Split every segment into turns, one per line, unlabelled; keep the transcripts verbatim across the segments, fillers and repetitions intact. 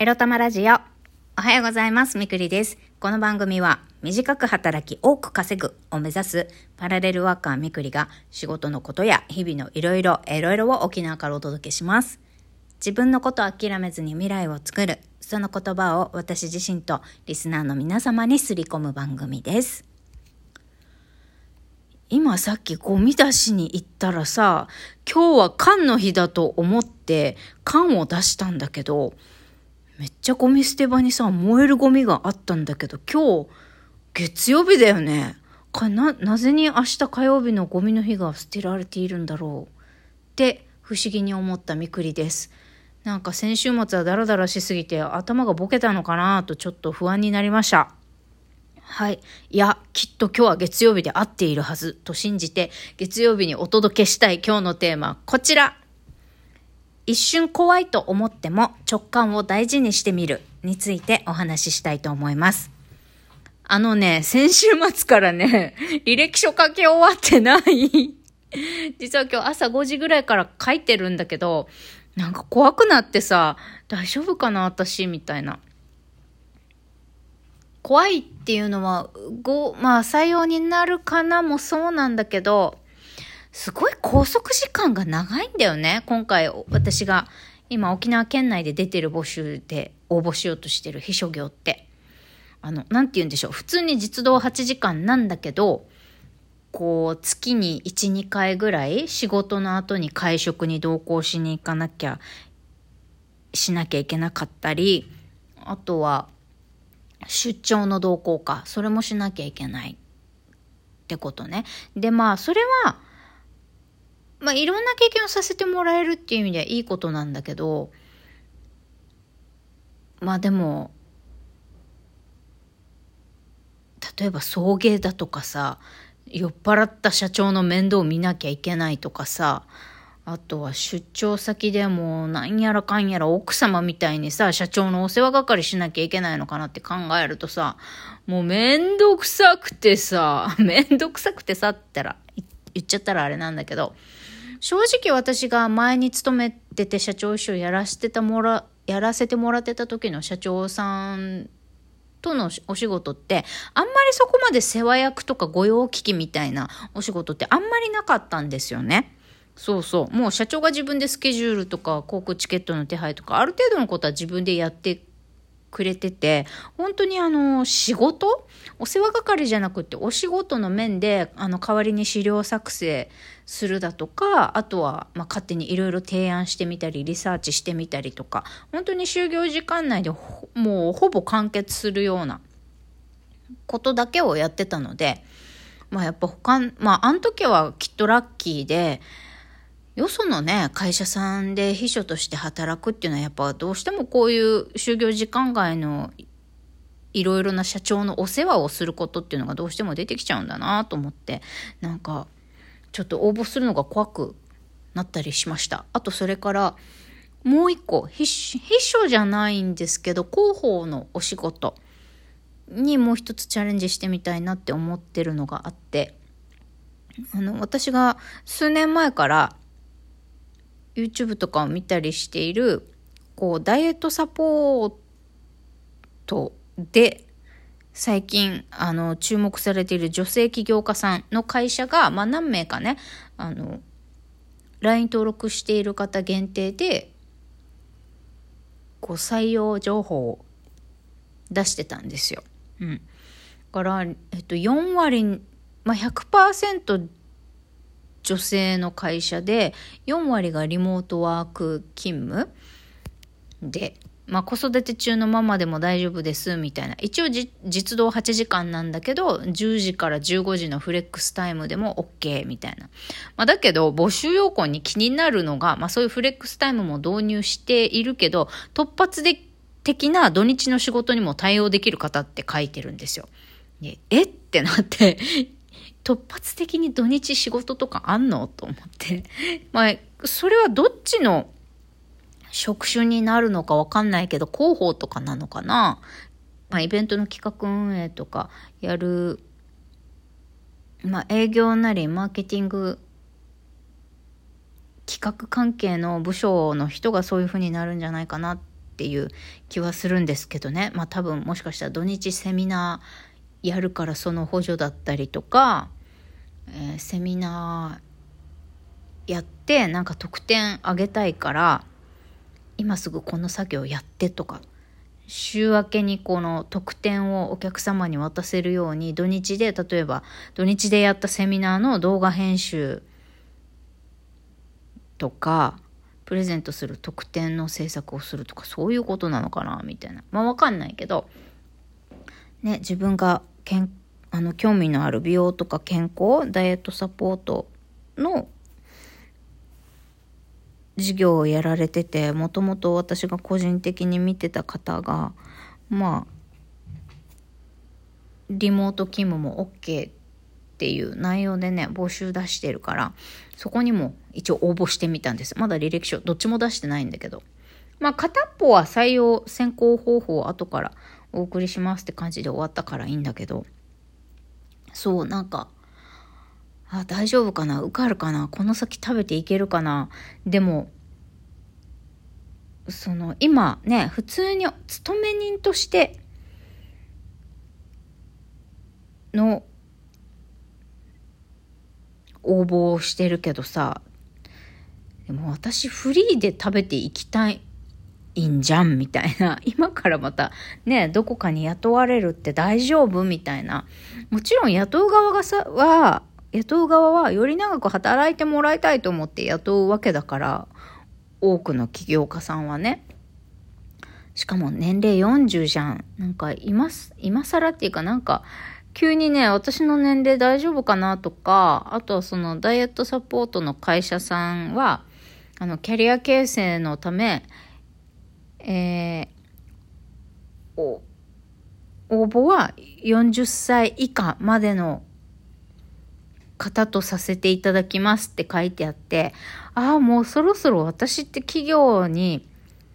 エロ玉ラジオ。おはようございます。みくりです。この番組は短く働き多く稼ぐを目指すパラレルワーカーみくりが仕事のことや日々のいろいろいろいろを沖縄からお届けします。自分のことを諦めずに未来を作る、その言葉を私自身とリスナーの皆様にすり込む番組です。今さっきゴミ出しに行ったらさ、今日は缶の日だと思って缶を出したんだけど、めっちゃゴミ捨て場にさ、燃えるゴミがあったんだけど、今日月曜日だよね。かな、なぜに明日火曜日のゴミの日が捨てられているんだろうって不思議に思ったみくりです。なんか先週末はダラダラしすぎて頭がボケたのかなとちょっと不安になりました。はい。いや、きっと今日は月曜日で合っているはずと信じて、月曜日にお届けしたい今日のテーマ、こちら。一瞬怖いと思っても直感を大事にしてみるについてお話ししたいと思います。あのね、先週末からね、履歴書書き終わってない。実は今日朝ごじぐらいから書いてるんだけど、なんか怖くなってさ、大丈夫かな私みたいな。怖いっていうのは、ご、まあ採用になるかなもそうなんだけど、すごい拘束時間が長いんだよね。今回私が今沖縄県内で出てる募集で応募しようとしてる秘書業って。あの、なんて言うんでしょう。普通に実働はちじかんなんだけど、こう月にいち、にかいぐらい仕事の後に会食に同行しに行かなきゃ、しなきゃいけなかったり、あとは出張の同行か。それもしなきゃいけないってことね。で、まあそれは、まあ、いろんな経験をさせてもらえるっていう意味ではいいことなんだけど、まあでも、例えば送迎だとかさ、酔っ払った社長の面倒を見なきゃいけないとかさ、あとは出張先でもなんやらかんやら奥様みたいにさ、社長のお世話係しなきゃいけないのかなって考えるとさ、もうめんどくさくてさ、めんどくさくてさって言ったら、言っちゃったらあれなんだけど、正直私が前に勤めてて社長秘書やらせてたもら、やらせてもらってた時の社長さんとのお仕事って、あんまりそこまで世話役とか御用聞きみたいなお仕事ってあんまりなかったんですよね。そうそう。もう社長が自分でスケジュールとか航空チケットの手配とかある程度のことは自分でやってくれてて、本当にあの仕事お世話係じゃなくてお仕事の面であの代わりに資料作成するだとか、あとはまあ勝手にいろいろ提案してみたりリサーチしてみたりとか、本当に就業時間内でほもうほぼ完結するようなことだけをやってたので、まあやっぱ他まああの時はきっとラッキーで、よそのね会社さんで秘書として働くっていうのはやっぱどうしてもこういう就業時間外のいろいろな社長のお世話をすることっていうのがどうしても出てきちゃうんだなと思って、なんかちょっと応募するのが怖くなったりしました。あとそれからもう一個秘書、秘書じゃないんですけど広報のお仕事にもう一つチャレンジしてみたいなって思ってるのがあって、あの私が数年前から YouTube とかを見たりしているこうダイエットサポートで最近あの注目されている女性起業家さんの会社が、まあ、何名かねあの ライン 登録している方限定でこう採用情報を出してたんですよ。うん、だから、えっと、よん割、まあ、ひゃくパーセント女性の会社でよん割がリモートワーク勤務で、まあ、子育て中のママでも大丈夫ですみたいな、一応じ実働はちじかんなんだけどじゅうじからじゅうごじのフレックスタイムでも OK みたいな、まあ、だけど募集要項に気になるのが、まあ、そういうフレックスタイムも導入しているけど突発的な土日の仕事にも対応できる方って書いてるんですよ。でえってなって突発的に土日仕事とかあんのと思ってまあそれはどっちの職種になるのかわかんないけど広報とかなのかな、まあ、イベントの企画運営とかやる、まあ、営業なりマーケティング企画関係の部署の人がそういう風になるんじゃないかなってっていう気はするんですけどね。まあ多分もしかしたら土日セミナーやるからその補助だったりとか、えー、セミナーやってなんか得点上げたいから今すぐこの作業やってとか、週明けにこの特典をお客様に渡せるように土日で、例えば土日でやったセミナーの動画編集とかプレゼントする特典の制作をするとか、そういうことなのかなみたいな。まあわかんないけどね、自分がけんあの興味のある美容とか健康ダイエットサポートの事業をやられてて、もともと私が個人的に見てた方がまあリモート勤務も OK っていう内容でね募集出してるから、そこにも一応応募してみたんです。まだ履歴書どっちも出してないんだけど、まあ片っぽは採用選考方法を後からお送りしますって感じで終わったからいいんだけど、そうなんかあ大丈夫かな、受かるかな、この先食べていけるかな。でもその今ね普通に勤め人としての応募をしてるけどさ、でも私フリーで食べていきたいんじゃんみたいな、今からまたねどこかに雇われるって大丈夫みたいな。もちろん雇う側がさは雇う側はより長く働いてもらいたいと思って雇うわけだから、多くの起業家さんはね。しかも年齢よんじゅうじゃん。なんか今今更っていうか、なんか急にね私の年齢大丈夫かなとか、あとはそのダイエットサポートの会社さんはあのキャリア形成のため、えー、お応募はよんじゅっさい以下までの方とさせていただきますって書いてあって、ああもうそろそろ私って企業に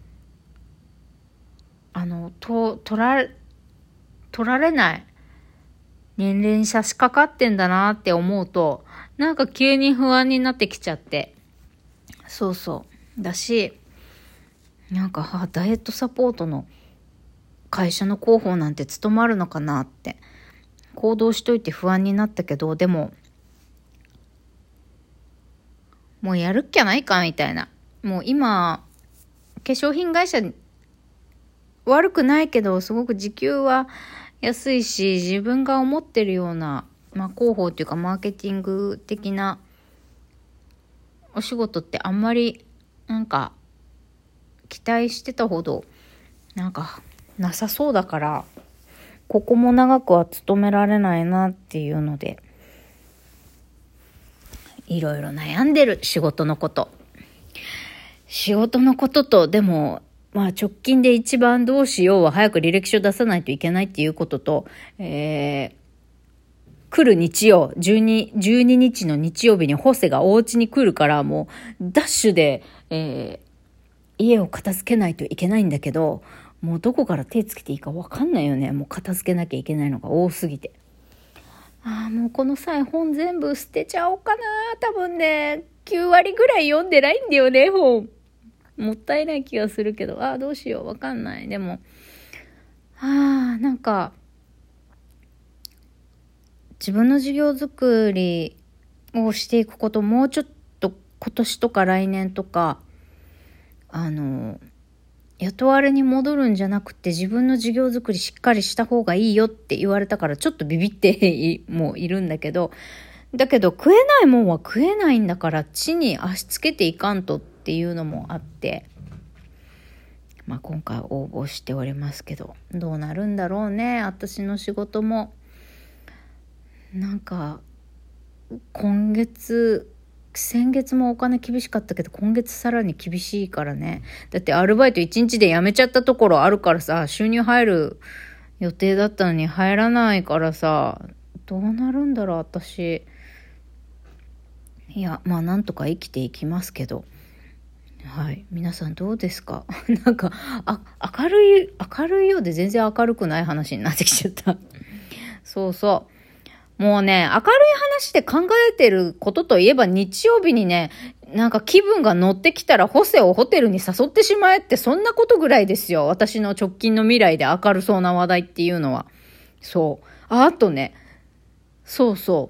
あのと取ら取られない年齢に差し掛かってんだなって思うと、なんか急に不安になってきちゃって、そうそうだし、なんかあダイエットサポートの会社の広報なんて務まるのかなって行動しといて不安になったけど、でももうやるっきゃないかみたいな。もう今化粧品会社悪くないけどすごく時給は安いし、自分が思ってるような、まあ、広報っていうかマーケティング的なお仕事ってあんまりなんか期待してたほどなんかなさそうだから、ここも長くは勤められないなっていうのでいろいろ悩んでる。仕事のこと仕事のことと、でもまあ直近で一番どうしようは早く履歴書出さないといけないっていうことと、えー、来る日曜じゅうに、じゅうににちの日曜日にホセがお家に来るから、もうダッシュで、えー、家を片付けないといけないんだけど、もうどこから手つけていいか分かんないよね。もう片付けなきゃいけないのが多すぎて、ああもうこの際本全部捨てちゃおうかな。多分ねきゅうわりぐらい読んでないんだよね、本。もったいない気がするけど、ああどうしよう分かんない。でもああなんか自分の事業作りをしていくこと、もうちょっと今年とか来年とかあの雇われに戻るんじゃなくて自分の事業作りしっかりした方がいいよって言われたから、ちょっとビビってもういるんだけど、だけど食えないもんは食えないんだから地に足つけていかんとっていうのもあって、まあ今回応募しておりますけど、どうなるんだろうね。私の仕事もなんか今月先月もお金厳しかったけど今月さらに厳しいからね。だってアルバイトいちにちで辞めちゃったところあるからさ、収入入る予定だったのに入らないからさ、どうなるんだろう私。いやまあなんとか生きていきますけど、はい皆さんどうですかなんかあ明るい明るいようで全然明るくない話になってきちゃったそうそうもうね、明るい話で考えてることといえば日曜日にね、なんか気分が乗ってきたらホセをホテルに誘ってしまえって、そんなことぐらいですよ。私の直近の未来で明るそうな話題っていうのは。そう。あ、あとね、そうそう。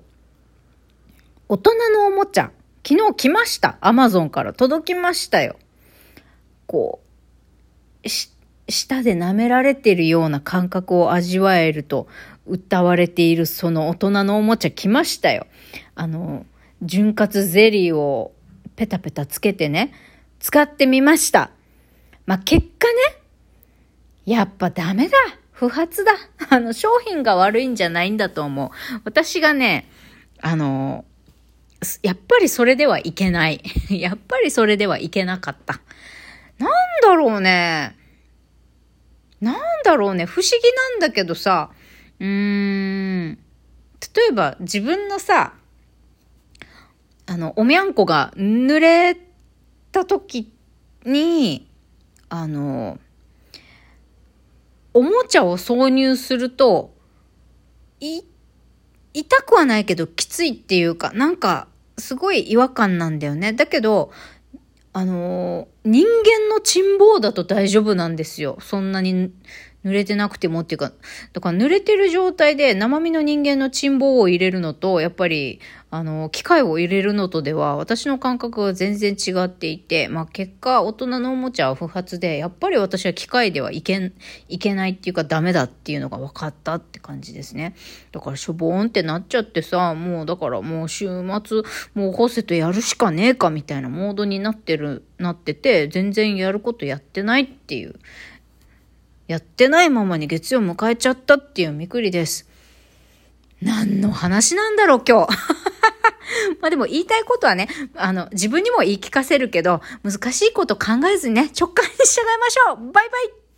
大人のおもちゃ。昨日来ました。アマゾンから届きましたよ。こう、し、舌で舐められてるような感覚を味わえると謳われているその大人のおもちゃ来ましたよ。あの、潤滑ゼリーをペタペタつけてね、使ってみました。まあ、結果ね、やっぱダメだ。不発だ。あの、商品が悪いんじゃないんだと思う。私がね、あの、やっぱりそれではいけない。やっぱりそれではいけなかった。なんだろうね。なんだろうね。不思議なんだけどさ、うーん、例えば自分のさ、あの、おみゃんこが濡れた時に、あの、おもちゃを挿入すると、い、痛くはないけどきついっていうか、なんかすごい違和感なんだよね。だけど、あの、人間のチンボウだと大丈夫なんですよ。そんなに濡れてなくてもっていうか、だから濡れてる状態で生身の人間のチンボウを入れるのと、やっぱり、あの、機械を入れるのとでは、私の感覚は全然違っていて、まあ結果、大人のおもちゃは不発で、やっぱり私は機械ではいけん、いけないっていうかダメだっていうのが分かったって感じですね。だからしょぼーんってなっちゃってさ、もうだからもう週末、もうホセとやるしかねえかみたいなモードになってる、なってて、全然やることやってないっていう。やってないままに月曜迎えちゃったっていうみくりです。何の話なんだろう今日。まあでも言いたいことはね、あの、自分にも言い聞かせるけど、難しいこと考えずにね、直感に従いましょう。バイバイ。